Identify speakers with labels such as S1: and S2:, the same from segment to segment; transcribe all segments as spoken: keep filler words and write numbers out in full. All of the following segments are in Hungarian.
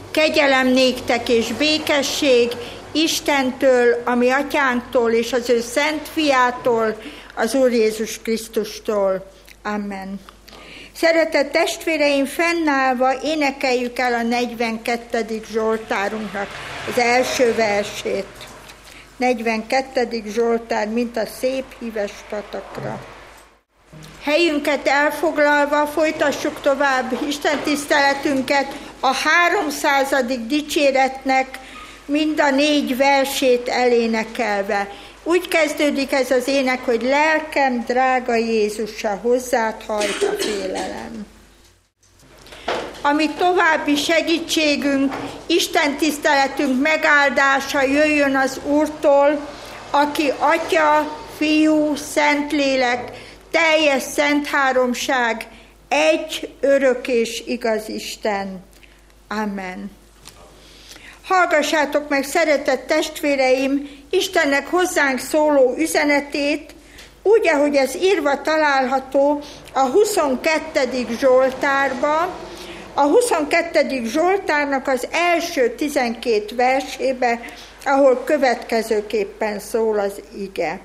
S1: Kegyelem néktek és békesség Istentől, a mi atyánktól és az ő szent fiától, az Úr Jézus Krisztustól. Amen. Szeretett testvéreim, fennállva énekeljük el a negyvenkettedik Zsoltárunknak az első versét. negyvenkettedik Zsoltár, mint a szép híves patakra. Helyünket elfoglalva folytassuk tovább Isten tiszteletünket a háromszázadik dicséretnek mind a négy versét elénekelve. Úgy kezdődik ez az ének, hogy lelkem drága Jézusa, hozzád hajt a félelem. Ami további segítségünk, Isten tiszteletünk megáldása jöjjön az Úrtól, aki Atya, Fiú, Szentlélek, teljes szent háromság, egy örök és igaz Isten. Amen. Hallgassátok meg, szeretett testvéreim, Istennek hozzánk szóló üzenetét, úgy, ahogy ez írva található a huszonkettedik Zsoltárba, a huszonkettedik Zsoltárnak az első tizenkét versébe, ahol következőképpen szól az ige.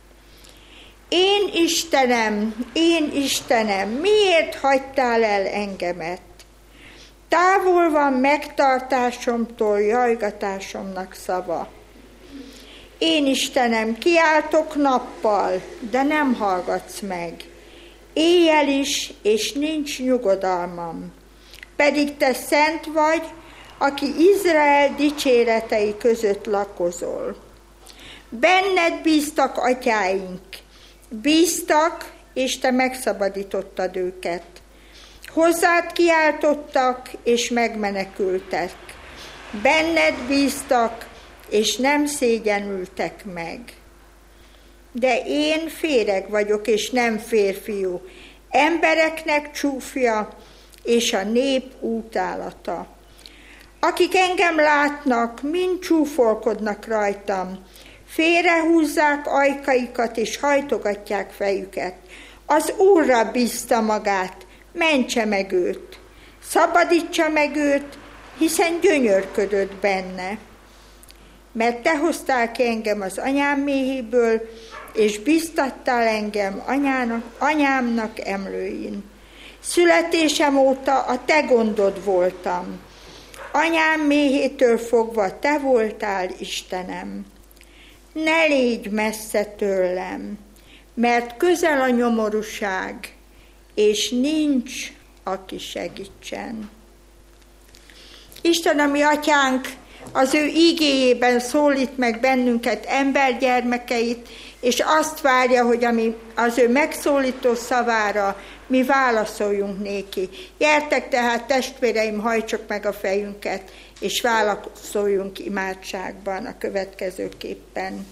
S1: Én Istenem, én Istenem, miért hagytál el engemet? Távol van megtartásomtól jajgatásomnak szava. Én Istenem, kiáltok nappal, de nem hallgatsz meg. Éjjel is, és nincs nyugodalmam. Pedig te szent vagy, aki Izrael dicséretei között lakozol. Benned bíztak atyáink, bíztak, és te megszabadítottad őket. Hozzád kiáltottak, és megmenekültek. Benned bíztak, és nem szégyenültek meg. De én féreg vagyok, és nem férfiú, embereknek csúfja, és a nép útálata. Akik engem látnak, mind csúfolkodnak rajtam, félrehúzzák ajkaikat, és hajtogatják fejüket. Az Úrra bízta magát, mentse meg őt, szabadítsa meg őt, hiszen gyönyörködött benne. Mert te hoztál ki engem az anyám méhéből, és biztattál engem anyának, anyámnak emlőin. Születésem óta a te gondod voltam. Anyám méhétől fogva te voltál, Istenem. Ne légy messze tőlem, mert közel a nyomorúság, és nincs, aki segítsen. Isten, a mi atyánk, az ő ígéjében szólít meg bennünket, embergyermekeit, és azt várja, hogy ami az ő megszólító szavára mi válaszoljunk néki. Gyertek tehát, testvéreim, hajtsuk meg a fejünket, és válaszoljunk imádságban a következőképpen.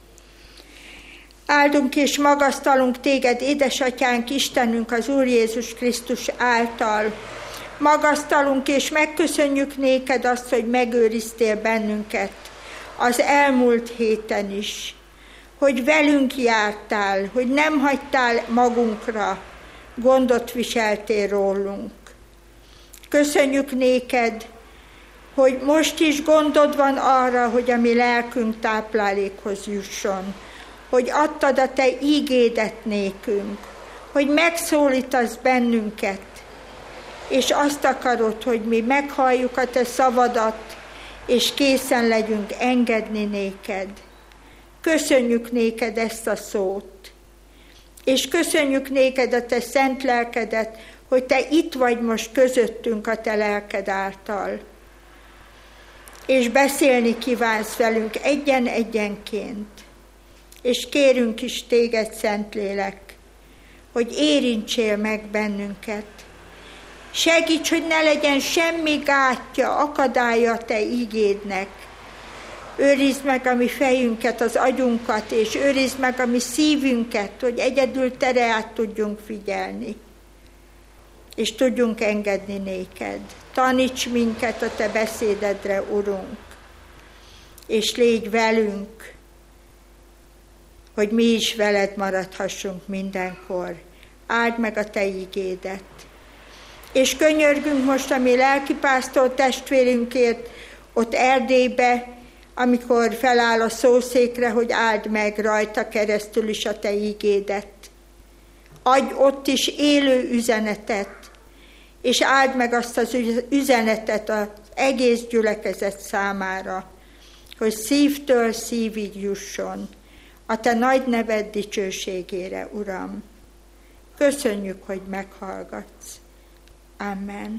S1: Áldunk és magasztalunk téged, édesatyánk, Istenünk, az Úr Jézus Krisztus által. Magasztalunk és megköszönjük néked azt, hogy megőriztél bennünket az elmúlt héten is, hogy velünk jártál, hogy nem hagytál magunkra, gondot viseltél rólunk. Köszönjük néked, hogy most is gondod van arra, hogy a mi lelkünk táplálékhoz jusson, hogy adtad a te ígédet nékünk, hogy megszólítasz bennünket, és azt akarod, hogy mi meghalljuk a te szavadat, és készen legyünk engedni néked. Köszönjük néked ezt a szót, és köszönjük néked a te szent lelkedet, hogy te itt vagy most közöttünk a te lelked által, és beszélni kívánsz velünk egyen-egyenként, és kérünk is téged, Szentlélek, hogy érintsél meg bennünket. Segíts, hogy ne legyen semmi gátja, akadálya te ígédnek. Őrizd meg a mi fejünket, az agyunkat, és őrizd meg a mi szívünket, hogy egyedül te reád tudjunk figyelni, és tudjunk engedni néked. Taníts minket a te beszédedre, Urunk, és légy velünk, hogy mi is veled maradhassunk mindenkor. Áld meg a te ígédet. és könyörgünk most a mi lelkipásztor testvérünkért ott Erdélybe, amikor feláll a szószékre, hogy áld meg rajta keresztül is a te ígédet. Adj ott is élő üzenetet, és áld meg azt az üzenetet az egész gyülekezet számára, hogy szívtől szívig jusson a te nagy neved dicsőségére, Uram. Köszönjük, hogy meghallgatsz. Amen.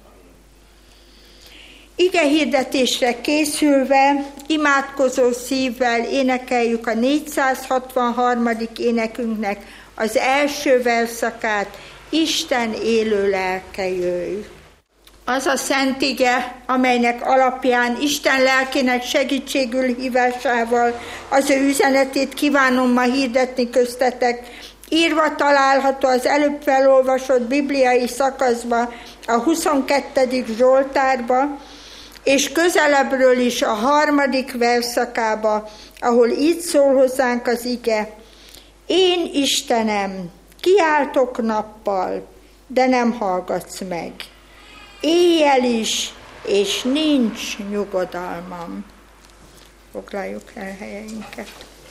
S1: Ige hirdetésre készülve, imádkozó szívvel énekeljük a négyszázhatvanharmadik énekünknek az első verszakát, Isten élő lelke jöjj. Az a szent ige, amelynek alapján Isten lelkének segítségül hívásával az ő üzenetét kívánom ma hirdetni köztetek, írva található az előbb felolvasott bibliai szakaszba, a huszonkettedik Zsoltárba, és közelebbről is a harmadik verszakába, ahol így szól hozzánk az ige: Én Istenem, kiáltok nappal, de nem hallgatsz meg. Éjjel is, és nincs nyugodalmam. Foglaljuk el helyeinket.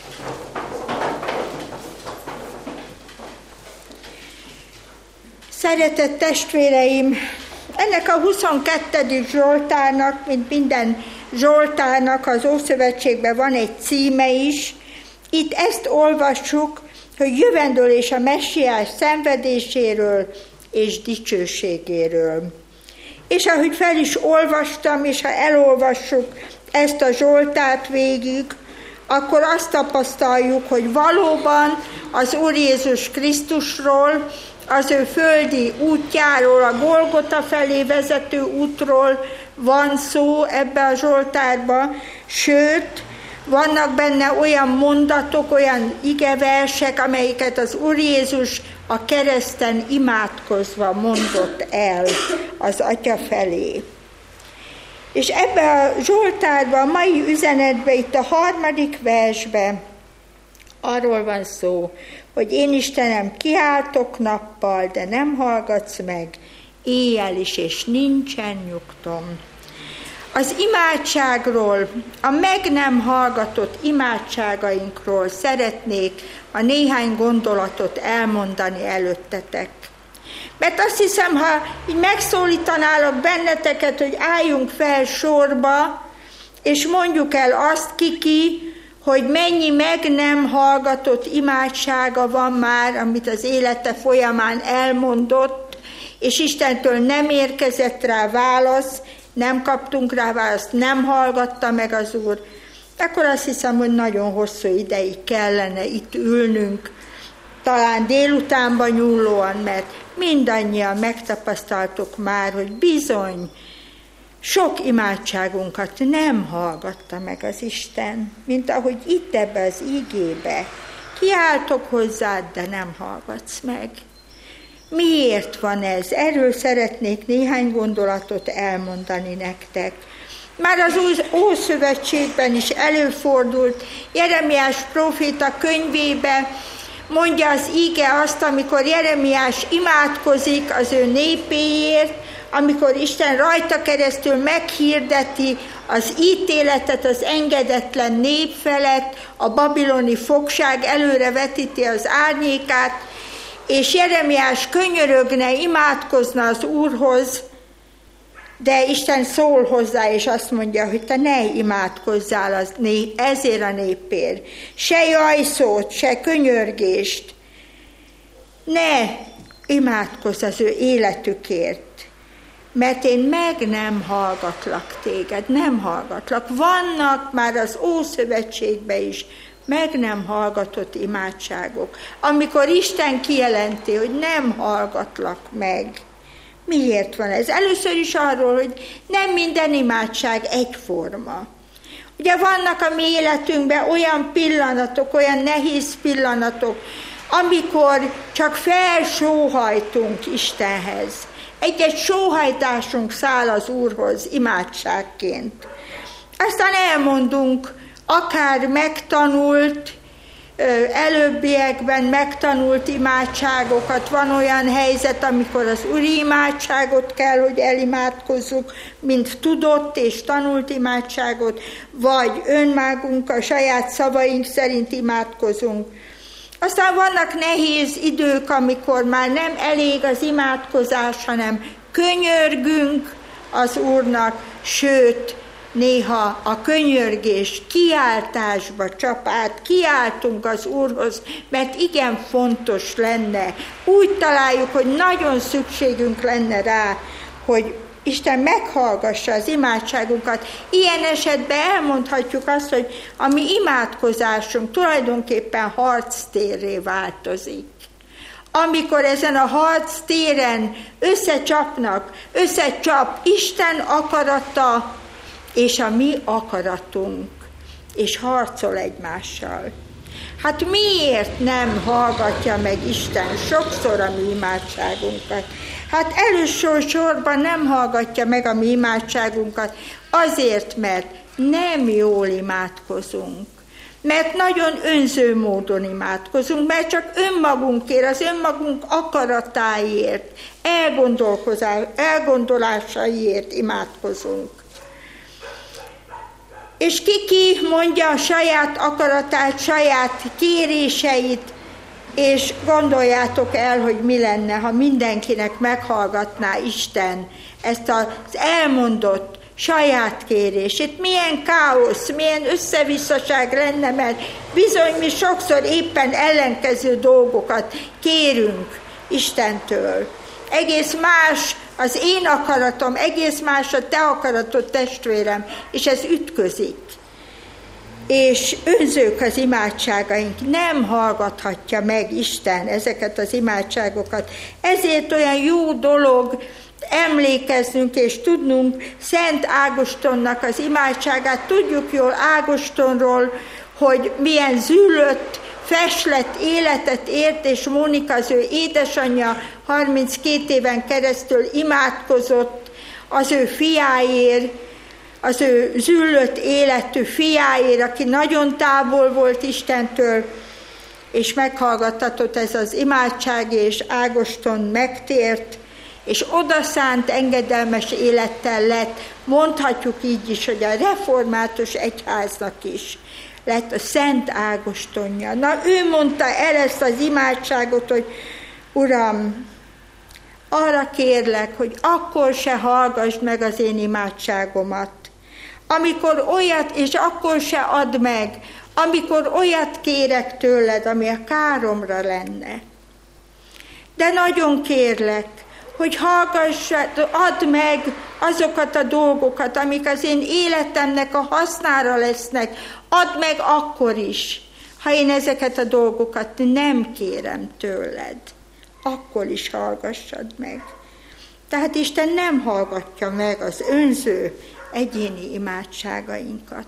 S1: Szeretett testvéreim, ennek a huszonkettedik Zsoltárnak, mint minden Zsoltárnak az Ószövetségben van egy címe is. Itt ezt olvassuk, hogy jövendőlés a messiás szenvedéséről és dicsőségéről. És ahogy fel is olvastam, és ha elolvassuk ezt a Zsoltárt végig, akkor azt tapasztaljuk, hogy valóban az Úr Jézus Krisztusról, az ő földi útjáról, a Golgota felé vezető útról van szó ebbe a Zsoltárba, sőt, vannak benne olyan mondatok, olyan igeversek, amelyeket az Úr Jézus a kereszten imádkozva mondott el az Atya felé. És ebbe a Zsoltárban, a mai üzenetben, itt a harmadik versben arról van szó, hogy én Istenem, kiáltok nappal, de nem hallgatsz meg, éjjel is, és nincsen nyugtom. Az imádságról, a meg nem hallgatott imádságainkról szeretnék a néhány gondolatot elmondani előttetek. Mert azt hiszem, ha így megszólítanálok benneteket, hogy álljunk fel sorba, és mondjuk el azt ki-ki, hogy mennyi meg nem hallgatott imádsága van már, amit az élete folyamán elmondott, és Istentől nem érkezett rá válasz, nem kaptunk rá választ, nem hallgatta meg az Úr, akkor azt hiszem, hogy nagyon hosszú ideig kellene itt ülnünk, talán délutánban nyúlóan, mert mindannyian megtapasztaltuk már, hogy bizony, sok imádságunkat nem hallgatta meg az Isten, mint ahogy itt ebbe az ígébe. Kiáltok hozzád, de nem hallgatsz meg. Miért van ez? Erről szeretnék néhány gondolatot elmondani nektek. Már az Ószövetségben is előfordult, Jeremiás próféta könyvébe mondja az íge azt, amikor Jeremiás imádkozik az ő népéért, amikor Isten rajta keresztül meghirdeti az ítéletet az engedetlen nép felett, a babiloni fogság előre vetíti az árnyékát, és Jeremiás könyörögne, imádkozna az Úrhoz, de Isten szól hozzá, és azt mondja, hogy te ne imádkozzál az nép, ezért a népért. Se jajszót, se könyörgést. Ne imádkozz az ő életükért, mert én meg nem hallgatlak téged, nem hallgatlak. Vannak már az Ószövetségben is meg nem hallgatott imádságok, amikor Isten kijelenti, hogy nem hallgatlak meg. Miért van ez? Először is arról, hogy nem minden imádság egyforma. Ugye vannak a mi életünkben olyan pillanatok, olyan nehéz pillanatok, amikor csak felsóhajtunk Istenhez. Egy-egy sóhajtásunk száll az Úrhoz imádságként. Aztán elmondunk akár megtanult, előbbiekben megtanult imádságokat. Van olyan helyzet, amikor az úri imádságot kell, hogy elimádkozzuk, mint tudott és tanult imádságot, vagy önmagunk a saját szavaink szerint imádkozunk. Aztán vannak nehéz idők, amikor már nem elég az imádkozás, hanem könyörgünk az Úrnak, sőt, néha a könyörgés kiáltásba csap át, kiáltunk az Úrhoz, mert igen fontos lenne. Úgy találjuk, hogy nagyon szükségünk lenne rá, hogy Isten meghallgassa az imádságunkat. Ilyen esetben elmondhatjuk azt, hogy a mi imádkozásunk tulajdonképpen harctérré változik. Amikor ezen a harctéren összecsapnak, összecsap Isten akarata és a mi akaratunk, és harcol egymással. Hát miért nem hallgatja meg Isten sokszor a mi imádságunkat? Hát elősor sorban nem hallgatja meg a mi imádságunkat, azért, mert nem jól imádkozunk. Mert nagyon önző módon imádkozunk, mert csak önmagunkért, az önmagunk akaratáért, elgondolásaiért imádkozunk. És ki-ki mondja a saját akaratát, saját kéréseit, és gondoljátok el, hogy mi lenne, ha mindenkinek meghallgatná Isten ezt az elmondott saját kérését. Milyen káosz, milyen összevisszaság lenne, mert bizony mi sokszor éppen ellenkező dolgokat kérünk Istentől. Egész más az én akaratom, egész más a te akaratod, testvérem, és ez ütközik. És önzők az imádságaink, nem hallgathatja meg Isten ezeket az imádságokat. Ezért olyan jó dolog emlékeznünk és tudnunk Szent Ágostonnak az imádságát. Tudjuk jól Ágostonról, hogy milyen züllött, feslett életet élt, és Mónika, az ő édesanyja, harminckét éven keresztül imádkozott az ő fiáért, az ő züllött életű fiáért, aki nagyon távol volt Istentől, és meghallgattatott ez az imádság, és Ágoston megtért, és odaszánt engedelmes élettel lett, mondhatjuk így is, hogy a református egyháznak is lett a Szent Ágostonja. Na, ő mondta el ezt az imádságot, hogy Uram, arra kérlek, hogy akkor se hallgassd meg az én imádságomat, amikor olyat, és akkor se add meg, amikor olyat kérek tőled, ami a káromra lenne. De nagyon kérlek, hogy hallgass, add meg azokat a dolgokat, amik az én életemnek a hasznára lesznek, add meg akkor is, ha én ezeket a dolgokat nem kérem tőled, akkor is hallgassad meg. Tehát Isten nem hallgatja meg az önző egyéni imádságainkat.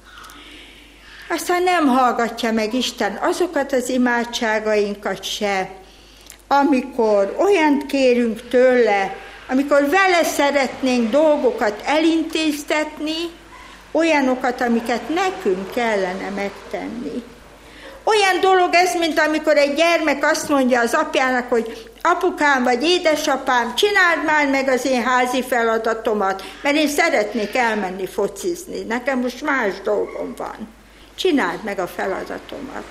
S1: Aztán nem hallgatja meg Isten azokat az imádságainkat se, amikor olyant kérünk tőle, amikor vele szeretnénk dolgokat elintéztetni, olyanokat, amiket nekünk kellene megtenni. Olyan dolog ez, mint amikor egy gyermek azt mondja az apjának, hogy apukám vagy édesapám, csináld már meg az én házi feladatomat, mert én szeretnék elmenni focizni, nekem most más dolgom van. Csináld meg a feladatomat.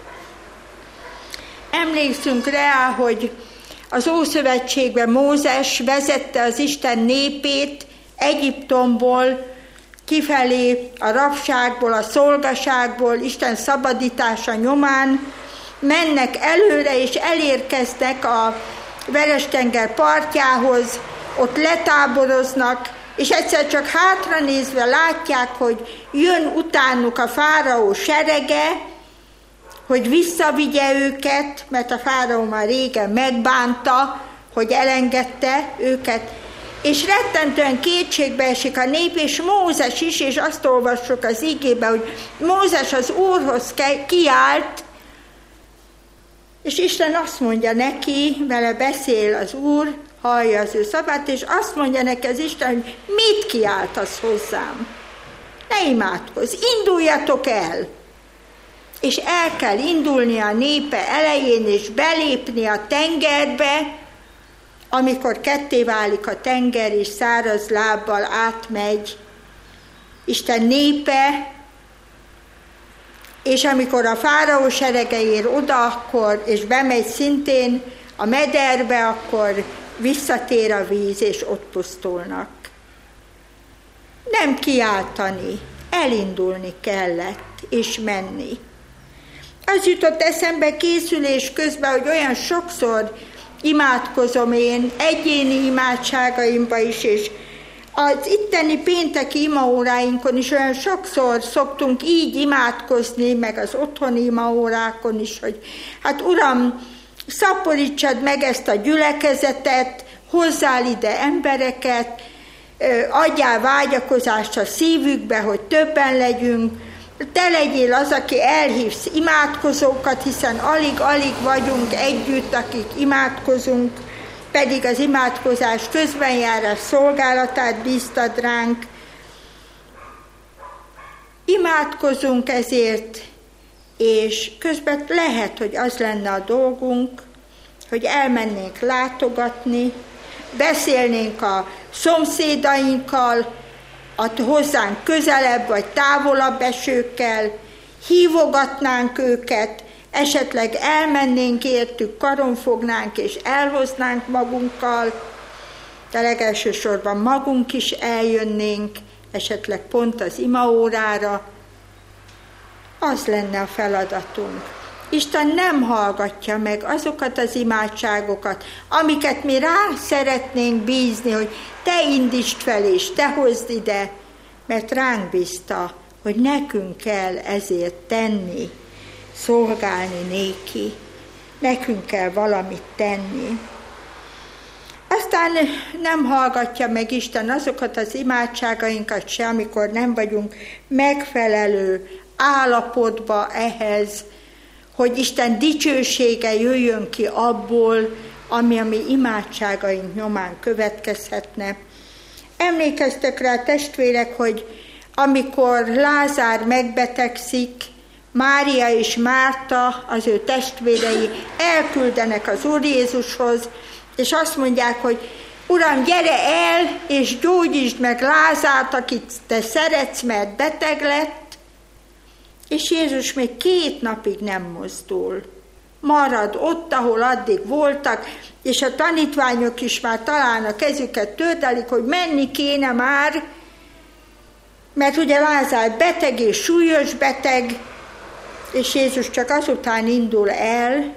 S1: Emlékszünk rá, hogy az Ószövetségben Mózes vezette az Isten népét Egyiptomból kifelé, a rabságból, a szolgaságból, Isten szabadítása nyomán, mennek előre és elérkeznek a Veres-tenger partjához, ott letáboroznak, és egyszer csak hátra nézve látják, hogy jön utánuk a fáraó serege, hogy visszavigye őket, mert a fáraó már régen megbánta, hogy elengedte őket, és rettentően kétségbe esik a nép, és Mózes is, és azt olvassuk az igében, hogy Mózes az Úrhoz kiált, és Isten azt mondja neki, vele beszél az Úr, hallja az ő szavát, és azt mondja neki az Isten, hogy mit kiáltasz hozzám? Ne imádkozz, induljatok el! és el kell indulni a népe elején, és belépni a tengerbe, amikor ketté válik a tenger, és száraz lábbal átmegy Isten népe, és amikor a fáraó serege ér oda, akkor, és bemegy szintén a mederbe, akkor visszatér a víz, és ott pusztulnak. Nem kiáltani, elindulni kellett, és menni. Az jutott eszembe készülés közben, hogy olyan sokszor imádkozom én egyéni imádságaimba is, és az itteni pénteki imaóráinkon is olyan sokszor szoktunk így imádkozni, meg az otthoni imaórákon is, hogy hát Uram, szaporítsad meg ezt a gyülekezetet, hozzál ide embereket, adjál vágyakozást a szívükbe, hogy többen legyünk, te legyél az, aki elhívsz imádkozókat, hiszen alig-alig vagyunk együtt, akik imádkozunk, pedig az imádkozás közbenjárás szolgálatát bíztad ránk. Imádkozunk ezért, és közben lehet, hogy az lenne a dolgunk, hogy elmennénk látogatni, beszélnénk a szomszédainkkal, a hozzánk közelebb vagy távolabb esőkkel, hívogatnánk őket, esetleg elmennénk értük, karonfognánk és elhoznánk magunkkal, de legelsősorban magunk is eljönnénk, esetleg pont az imaórára. Az lenne a feladatunk. Isten nem hallgatja meg azokat az imádságokat, amiket mi rá szeretnénk bízni, hogy te indítsd fel és te hozd ide, mert ránk bízta, hogy nekünk kell ezért tenni, szolgálni néki, nekünk kell valamit tenni. Aztán nem hallgatja meg Isten azokat az imádságainkat se, amikor nem vagyunk megfelelő állapotba ehhez, hogy Isten dicsősége jöjjön ki abból, ami a mi imádságaink nyomán következhetne. Emlékeztek rá, testvérek, hogy amikor Lázár megbetegszik, Mária és Márta, az ő testvérei elküldenek az Úr Jézushoz, és azt mondják, hogy Uram, gyere el, és gyógyítsd meg Lázárt, akit te szeretsz, mert beteg lett. És Jézus még két napig nem mozdul. Marad ott, ahol addig voltak, és a tanítványok is már talán a kezüket tördelik, hogy menni kéne már, mert ugye Lázár beteg és súlyos beteg, és Jézus csak azután indul el,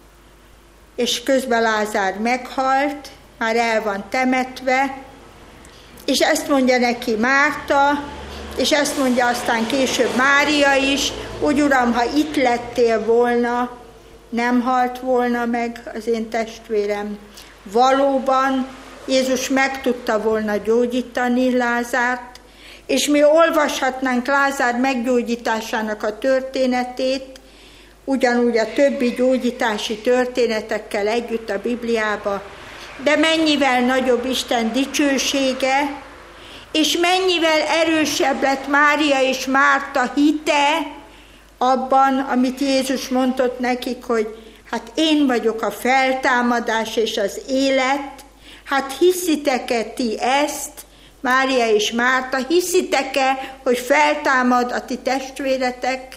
S1: és közben Lázár meghalt, már el van temetve, és ezt mondja neki Márta, és ezt mondja aztán később Mária is, úgy Uram, ha itt lettél volna, nem halt volna meg az én testvérem. Valóban Jézus meg tudta volna gyógyítani Lázárt, és mi olvashatnánk Lázár meggyógyításának a történetét, ugyanúgy a többi gyógyítási történetekkel együtt a Bibliába, de mennyivel nagyobb Isten dicsősége, és mennyivel erősebb lett Mária és Márta hite abban, amit Jézus mondott nekik, hogy hát én vagyok a feltámadás és az élet, hát hiszitek-e ti ezt, Mária és Márta, hiszitek-e, hogy feltámad a ti testvéretek?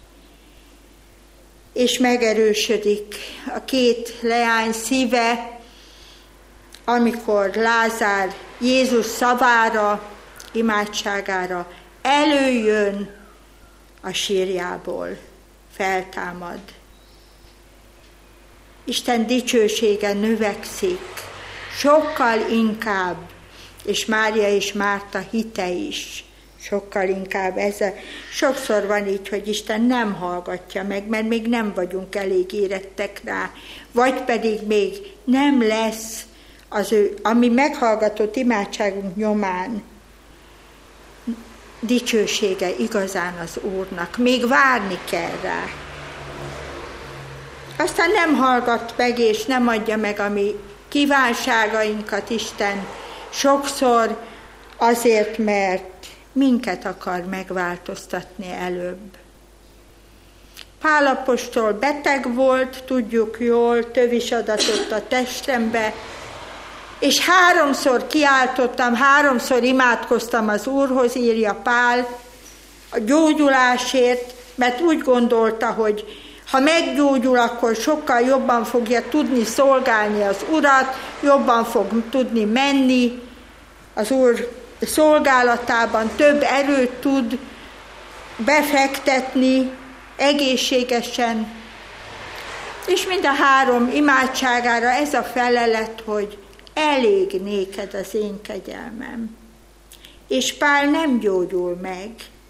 S1: És megerősödik a két leány szíve, amikor Lázár Jézus szavára, imádságára előjön a sírjából, feltámad. Isten dicsősége növekszik, sokkal inkább, és Mária és Márta hite is, sokkal inkább. Ez a, sokszor van így, hogy Isten nem hallgatja meg, mert még nem vagyunk elég érettek rá, vagy pedig még nem lesz az ő, ami meghallgatott imádságunk nyomán dicsősége igazán az Úrnak. Még várni kell rá. Aztán nem hallgat meg, és nem adja meg a mi kívánságainkat Isten, sokszor azért, mert minket akar megváltoztatni előbb. Pál apostol beteg volt, tudjuk jól, tövis adatott a testembe, és háromszor kiáltottam, háromszor imádkoztam az Úrhoz, írja Pál, a gyógyulásért, mert úgy gondolta, hogy ha meggyógyul, akkor sokkal jobban fogja tudni szolgálni az Urat, jobban fog tudni menni az Úr szolgálatában, több erőt tud befektetni egészségesen. És mind a három imádságára ez a felelet, hogy elég néked az én kegyelmem. És Pál nem gyógyul meg,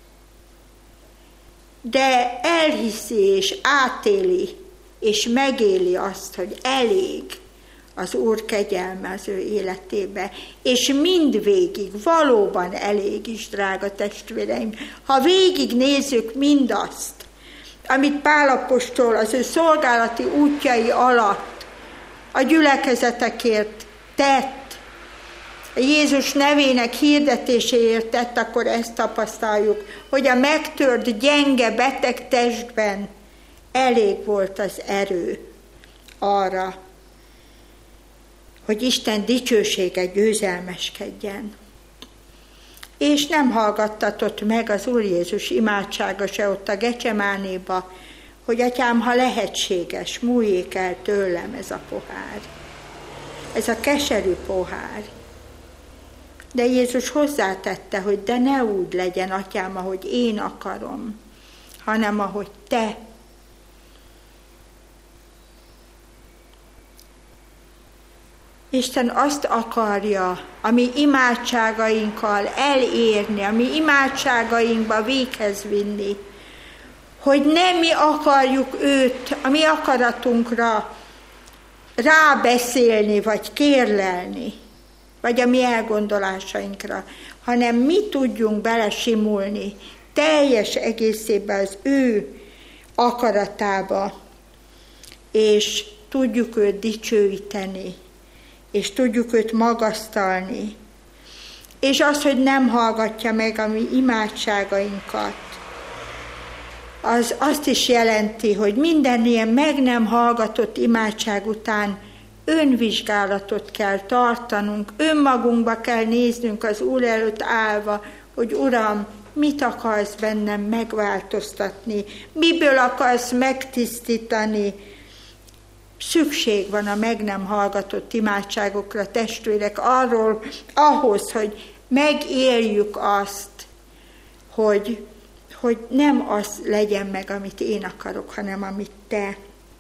S1: de elhiszi és átéli, és megéli azt, hogy elég az Úr kegyelme az ő életébe, és mindvégig valóban elég is, drága testvéreim. Ha végig nézzük mindazt, amit Pál apostol az ő szolgálati útjai alatt a gyülekezetekért tett, a Jézus nevének hirdetéséért tett, akkor ezt tapasztaljuk, hogy a megtört, gyenge, beteg testben elég volt az erő arra, hogy Isten dicsősége győzelmeskedjen. És nem hallgattatott meg az Úr Jézus imádsága se ott a Gecsemánéba, hogy atyám, ha lehetséges, múljék el tőlem ez a pohár, ez a keserű pohár. De Jézus hozzátette, hogy de ne úgy legyen, atyám, ahogy én akarom, hanem ahogy te. Isten azt akarja a mi imádságainkkal elérni, a mi imádságainkba véghez vinni, hogy nem mi akarjuk őt a mi akaratunkra rábeszélni, vagy kérlelni, vagy a mi elgondolásainkra, hanem mi tudjunk belesimulni teljes egészében az ő akaratába, és tudjuk őt dicsőíteni, és tudjuk őt magasztalni. És az, hogy nem hallgatja meg a mi imádságainkat, az azt is jelenti, hogy minden ilyen meg nem hallgatott imádság után önvizsgálatot kell tartanunk, önmagunkba kell néznünk az Úr előtt állva, hogy Uram, mit akarsz bennem megváltoztatni, miből akarsz megtisztítani. Szükség van a meg nem hallgatott imádságokra, testvérek, arról, ahhoz, hogy megéljük azt, hogy, hogy nem az legyen meg, amit én akarok, hanem amit te.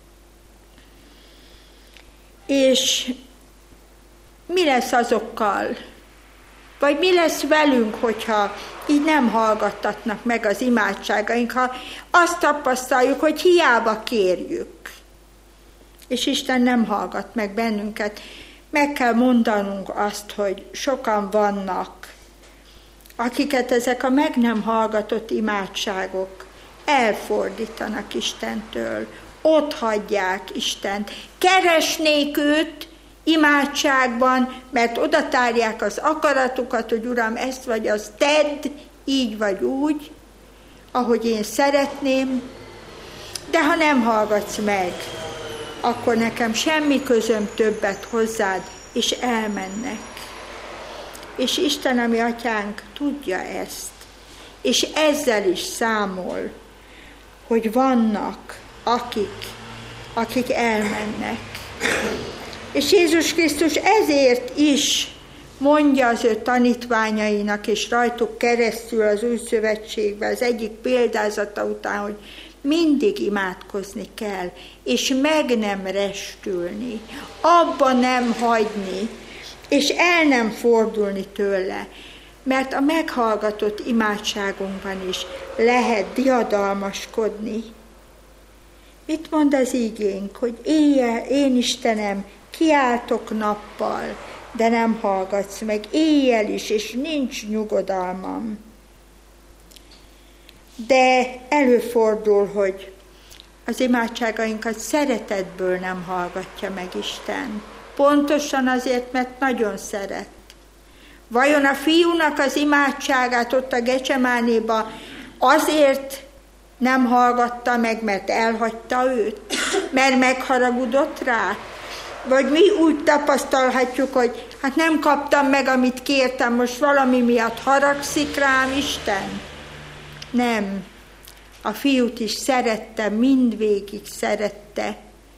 S1: És mi lesz azokkal, vagy mi lesz velünk, hogyha így nem hallgattatnak meg az imádságaink, ha azt tapasztaljuk, hogy hiába kérjük, és Isten nem hallgat meg bennünket. Meg kell mondanunk azt, hogy sokan vannak, akiket ezek a meg nem hallgatott imádságok elfordítanak Istentől, ott hagyják Istent. Keresnék őt imádságban, mert oda tárják az akaratukat, hogy Uram, ezt vagy azt tedd, így vagy úgy, ahogy én szeretném, de ha nem hallgatsz meg, akkor nekem semmi közöm többet hozzád, és elmennek. És Isten, a mi atyánk, tudja ezt, és ezzel is számol, hogy vannak akik, akik elmennek. És Jézus Krisztus ezért is mondja az ő tanítványainak, és rajtuk keresztül az új szövetségben, az egyik példázata után, hogy mindig imádkozni kell, és meg nem restülni, abba nem hagyni, és el nem fordulni tőle, mert a meghallgatott imádságunkban is lehet diadalmaskodni. Mit mond az igénk, hogy éjjel, én Istenem, kiáltok nappal, de nem hallgatsz meg, éjjel is, és nincs nyugodalmam. De előfordul, hogy az imádságainkat szeretetből nem hallgatja meg Isten. Pontosan azért, mert nagyon szeret. Vajon a fiúnak az imádságát ott a Gecsemánéba azért Nem hallgatta meg, mert elhagyta őt? Mert megharagudott rá? Vagy mi úgy tapasztalhatjuk, hogy hát nem kaptam meg, amit kértem, most valami miatt haragszik rám Isten? Nem. A fiút is szerette, mindvégig szerette.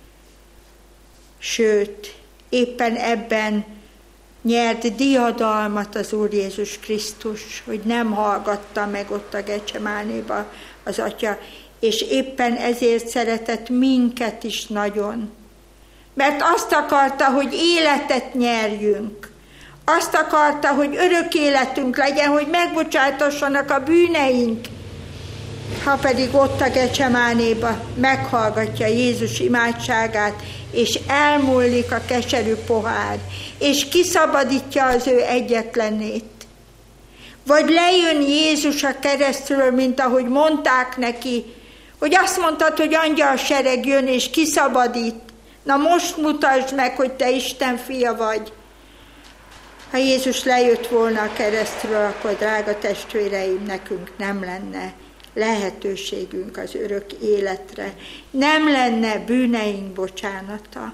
S1: Sőt, éppen ebben nyert diadalmat az Úr Jézus Krisztus, hogy nem hallgatta meg ott a Gecsemánéba az Atya, és éppen ezért szeretett minket is nagyon. Mert azt akarta, hogy életet nyerjünk. Azt akarta, hogy örök életünk legyen, hogy megbocsátassanak a bűneink. Ha pedig ott a Gecsemánéba meghallgatja Jézus imádságát, és elmúlik a keserű pohár, és kiszabadítja az ő egyetlenét. Vagy lejön Jézus a keresztről, mint ahogy mondták neki, hogy azt mondtad, hogy angyalsereg jön és kiszabadít. Na most mutasd meg, hogy te Isten fia vagy. Ha Jézus lejött volna a keresztről, akkor drága testvéreim, nekünk nem lenne lehetőségünk az örök életre. Nem lenne bűneink bocsánata.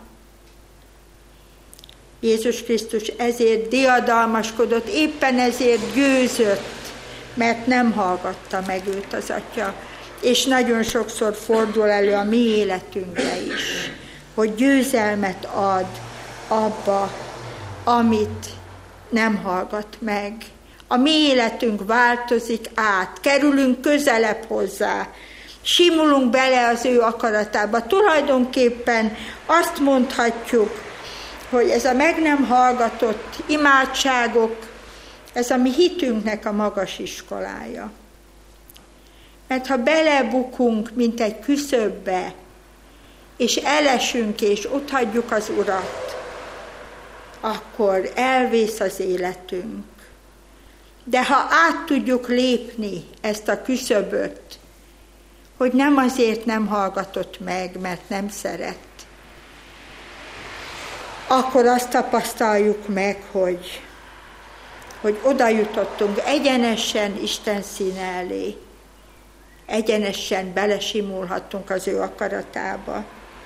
S1: Jézus Krisztus ezért diadalmaskodott, éppen ezért győzött, mert nem hallgatta meg őt az Atya. És nagyon sokszor fordul elő a mi életünkre is, hogy győzelmet ad abba, amit nem hallgat meg. A mi életünk változik át, kerülünk közelebb hozzá, simulunk bele az ő akaratába. Tulajdonképpen azt mondhatjuk, hogy ez a meg nem hallgatott imádságok, ez a mi hitünknek a magas iskolája. Mert ha belebukunk, mint egy küszöbbe, és elesünk, és otthagyjuk az Urat, akkor elvész az életünk. De ha át tudjuk lépni ezt a küszöböt, hogy nem azért nem hallgatott meg, mert nem szeret, akkor azt tapasztaljuk meg, hogy, hogy oda jutottunk egyenesen Isten színe elé. Egyenesen belesimulhatunk az ő akaratába.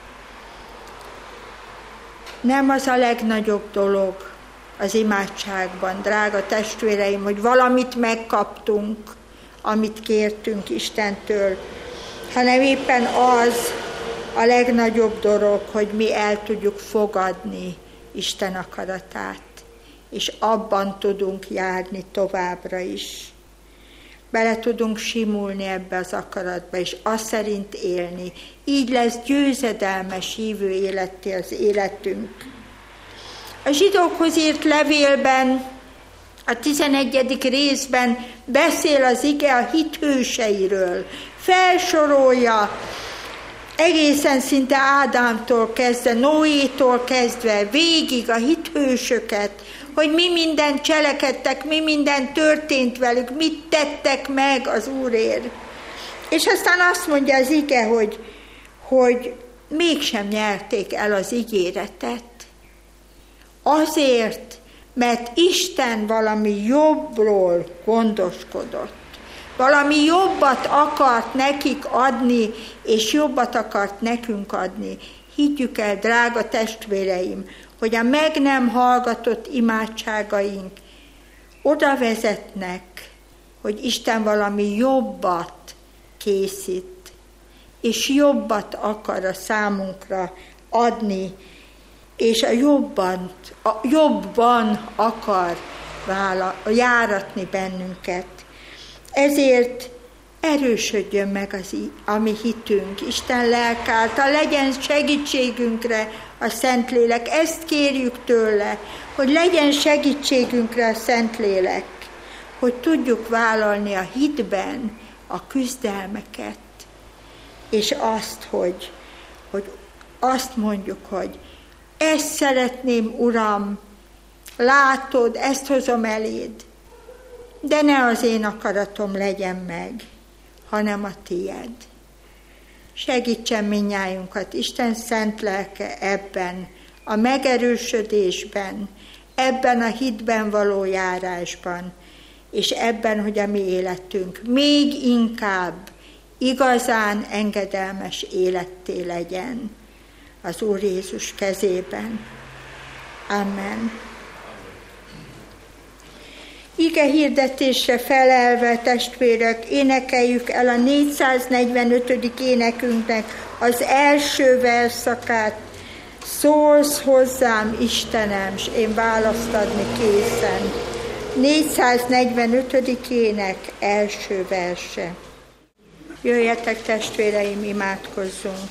S1: Nem az a legnagyobb dolog az imádságban, drága testvéreim, hogy valamit megkaptunk, amit kértünk Istentől, hanem éppen az a legnagyobb dolog, hogy mi el tudjuk fogadni Isten akaratát, és abban tudunk járni továbbra is. Bele tudunk simulni ebbe az akaratba, és azt szerint élni. Így lesz győzedelmes hívő életté az életünk. A zsidókhoz írt levélben, a tizenegyedik részben beszél az ige a hit hőseiről. Felsorolja egészen szinte Ádámtól kezdve, Noétól kezdve, végig a hithősöket, hogy mi mindent cselekedtek, mi mindent történt velük, mit tettek meg az Úrért. És aztán azt mondja az ige, hogy, hogy mégsem nyerték el az ígéretet. Azért, mert Isten valami jobbról gondoskodott. Valami jobbat akart nekik adni, és jobbat akart nekünk adni. Higgyük el, drága testvéreim, hogy a meg nem hallgatott imádságaink oda vezetnek, hogy Isten valami jobbat készít, és jobbat akar a számunkra adni, és a jobban, a jobban akar vála, járatni bennünket. Ezért erősödjön meg az, a mi hitünk, Isten lelke által, legyen segítségünkre a Szentlélek. Ezt kérjük tőle, hogy legyen segítségünkre a Szentlélek, hogy tudjuk vállalni a hitben a küzdelmeket, és azt, hogy, hogy azt mondjuk, hogy ezt szeretném, Uram, látod, ezt hozom eléd, de ne az én akaratom legyen meg, hanem a tied. Segítsen mindnyájunkat Isten szent lelke ebben, a megerősödésben, ebben a hitben való járásban, és ebben, hogy a mi életünk még inkább igazán engedelmes életté legyen az Úr Jézus kezében. Amen. Ige hirdetésre felelve, testvérek, énekeljük el a négyszáznegyvenötödik énekünknek az első verszakát. Szólsz hozzám, Istenem, s én választ adni készen. négyszáznegyvenötödik ének első verse. Jöjjetek, testvéreim, imádkozzunk.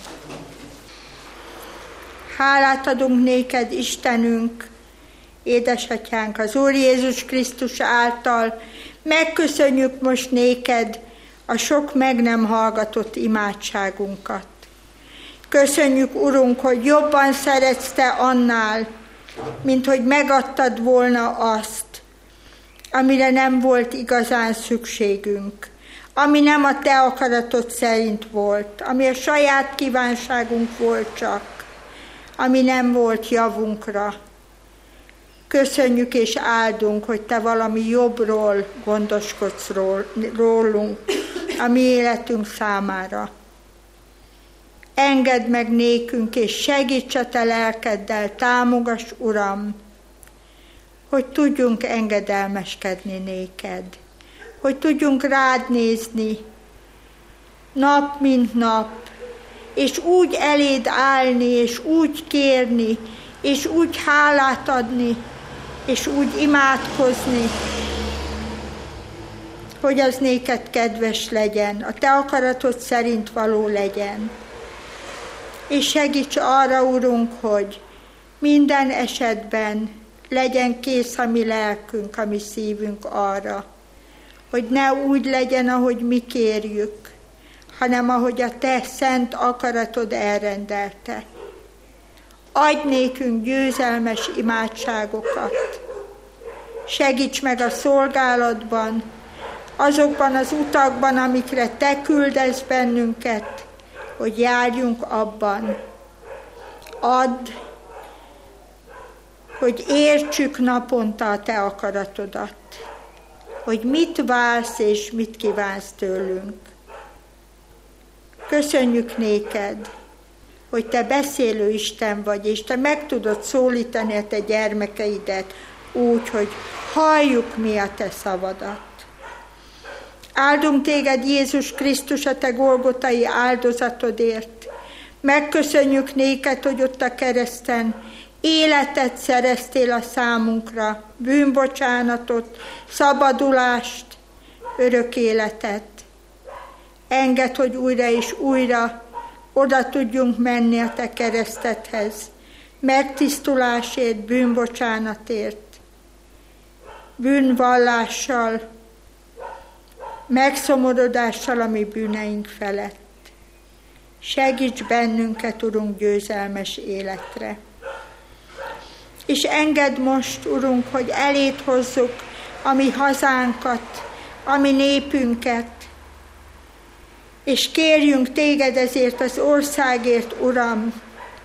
S1: Hálát adunk néked, Istenünk, édesatyánk, az Úr Jézus Krisztus által. Megköszönjük most néked a sok meg nem hallgatott imádságunkat. Köszönjük, Urunk, hogy jobban szeretsz te annál, mint hogy megadtad volna azt, amire nem volt igazán szükségünk, ami nem a te akaratod szerint volt, ami a saját kívánságunk volt csak, ami nem volt javunkra. Köszönjük és áldunk, hogy te valami jobbról gondoskodsz rólunk, a mi életünk számára. Engedd meg nékünk, és segíts a te lelkeddel, támogass, Uram, hogy tudjunk engedelmeskedni néked, hogy tudjunk rád nézni nap mint nap, és úgy eléd állni, és úgy kérni, és úgy hálát adni, és úgy imádkozni, hogy az néked kedves legyen, a te akaratod szerint való legyen. És segíts arra, Urunk, hogy minden esetben legyen kész a mi lelkünk, a mi szívünk arra, hogy ne úgy legyen, ahogy mi kérjük, hanem ahogy a te szent akaratod elrendelte. Adj nékünk győzelmes imádságokat. Segíts meg a szolgálatban, azokban az utakban, amikre te küldesz bennünket, hogy járjunk abban. Add, hogy értsük naponta a te akaratodat, hogy mit vársz és mit kívánsz tőlünk. Köszönjük néked, hogy te beszélő Isten vagy, és te meg tudod szólítani a te gyermekeidet úgy, hogy halljuk mi a te szavadat. Áldunk téged, Jézus Krisztus, a te golgotai áldozatodért. Megköszönjük néked, hogy ott a kereszten életet szereztél a számunkra, bűnbocsánatot, szabadulást, örök életet. Engedd, hogy újra és újra oda tudjunk menni a te keresztedhez, megtisztulásért, bűnbocsánatért, bűnvallással, megszomorodással a mi bűneink felett. Segíts bennünket, Urunk, győzelmes életre. És engedd most, Urunk, hogy eléd hozzuk a mi hazánkat, a mi népünket, és kérjünk téged ezért az országért, Uram.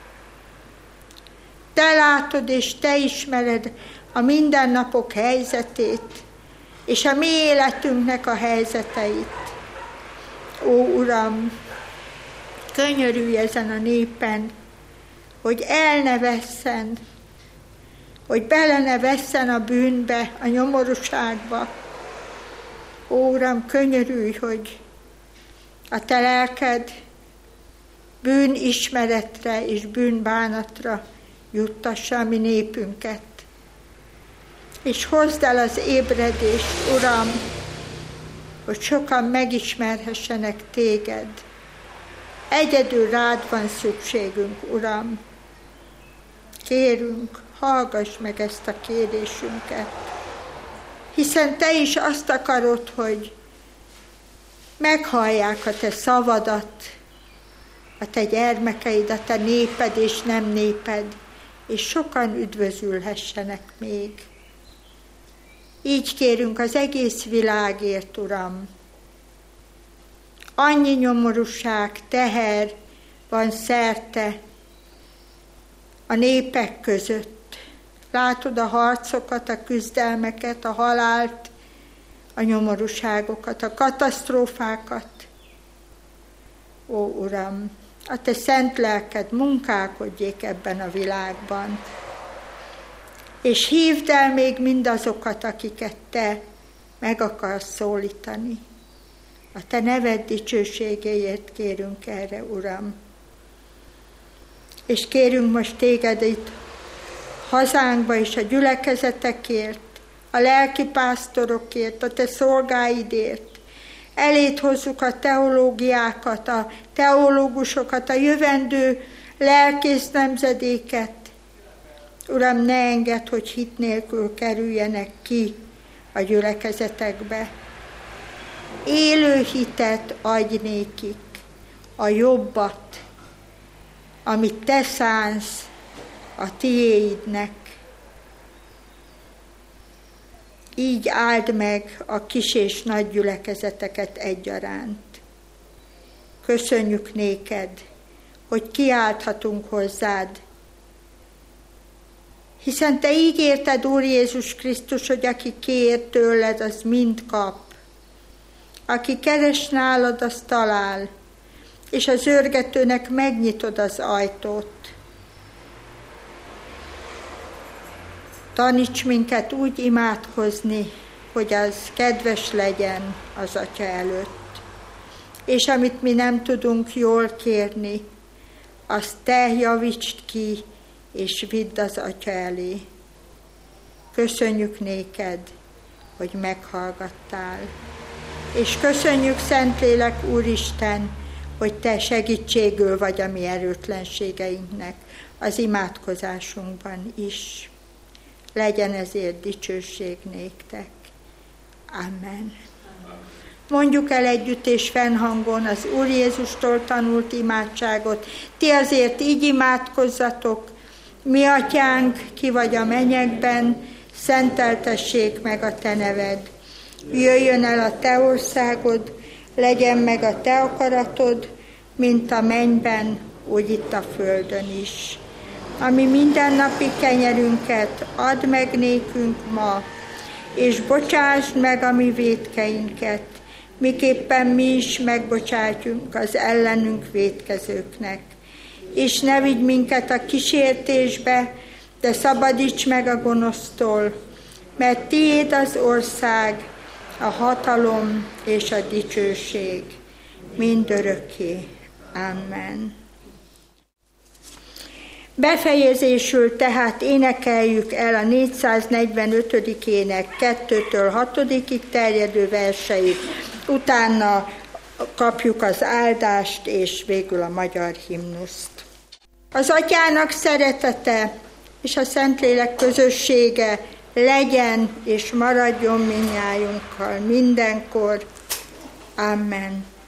S1: Te látod és te ismered a mindennapok helyzetét, és a mi életünknek a helyzeteit. Ó, Uram, könyörülj ezen a népen, hogy el ne vesszen, hogy bele ne vesszen a bűnbe, a nyomorúságba. Ó, Uram, könyörülj, hogy a te lelked bűnismeretre és bűnbánatra juttassa a mi népünket. És hozd el az ébredést, Uram, hogy sokan megismerhessenek téged. Egyedül rád van szükségünk, Uram. Kérünk, hallgass meg ezt a kérésünket, hiszen te is azt akarod, hogy meghallják a te szavadat, a te gyermekeid, a te néped és nem néped, és sokan üdvözülhessenek még. Így kérünk az egész világért, Uram. Annyi nyomorúság, teher van szerte a népek között. Látod a harcokat, a küzdelmeket, a halált, a nyomorúságokat, a katasztrófákat. Ó Uram, a Te szent lelked munkálkodjék ebben a világban, és hívd el még mindazokat, akiket Te meg akarsz szólítani. A Te neved dicsőségéért kérünk erre, Uram. És kérünk most Téged itt hazánkba és a gyülekezetekért, a lelkipásztorokért, a Te szolgáidért. Eléd hozzuk a teológiákat, a teológusokat, a jövendő lelkész nemzedéket. Uram, ne engedd, hogy hit nélkül kerüljenek ki a gyülekezetekbe. Élő hitet adj nékik, a jobbat, amit Te szánsz a tiéidnek. Így áld meg a kis és nagy gyülekezeteket egyaránt. Köszönjük néked, hogy kiálthatunk hozzád, hiszen Te ígérted, Úr Jézus Krisztus, hogy aki kér tőled, az mind kap. Aki keres nálad, az talál, és az zörgetőnek megnyitod az ajtót. Taníts minket úgy imádkozni, hogy az kedves legyen az Atya előtt. És amit mi nem tudunk jól kérni, azt Te javítsd ki, és vidd az Atya elé. Köszönjük néked, hogy meghallgattál. És köszönjük, Szentlélek Úristen, hogy Te segítségül vagy a mi erőtlenségeinknek az imádkozásunkban is. Legyen ezért dicsőség néktek. Amen. Mondjuk el együtt és fennhangon az Úr Jézustól tanult imádságot. Ti azért így imádkozzatok: mi atyánk, ki vagy a mennyekben, szenteltessék meg a Te neved. Jöjjön el a Te országod, legyen meg a Te akaratod, mint a mennyben, úgy itt a földön is. Ami mindennapi kenyerünket add meg nékünk ma, és bocsásd meg a mi vétkeinket, miképpen mi is megbocsátjunk az ellenünk vétkezőknek. És ne vigy minket a kísértésbe, de szabadíts meg a gonosztól, mert Tiéd az ország, a hatalom és a dicsőség mindörökké. Amen. Befejezésül tehát énekeljük el a négyszáznegyvenötödik ének kettőtől hatodikig terjedő verseit, utána kapjuk az áldást, és végül a magyar himnuszt. Az Atyának szeretete és a Szentlélek közössége legyen és maradjon mindnyájunkkal mindenkor. Amen.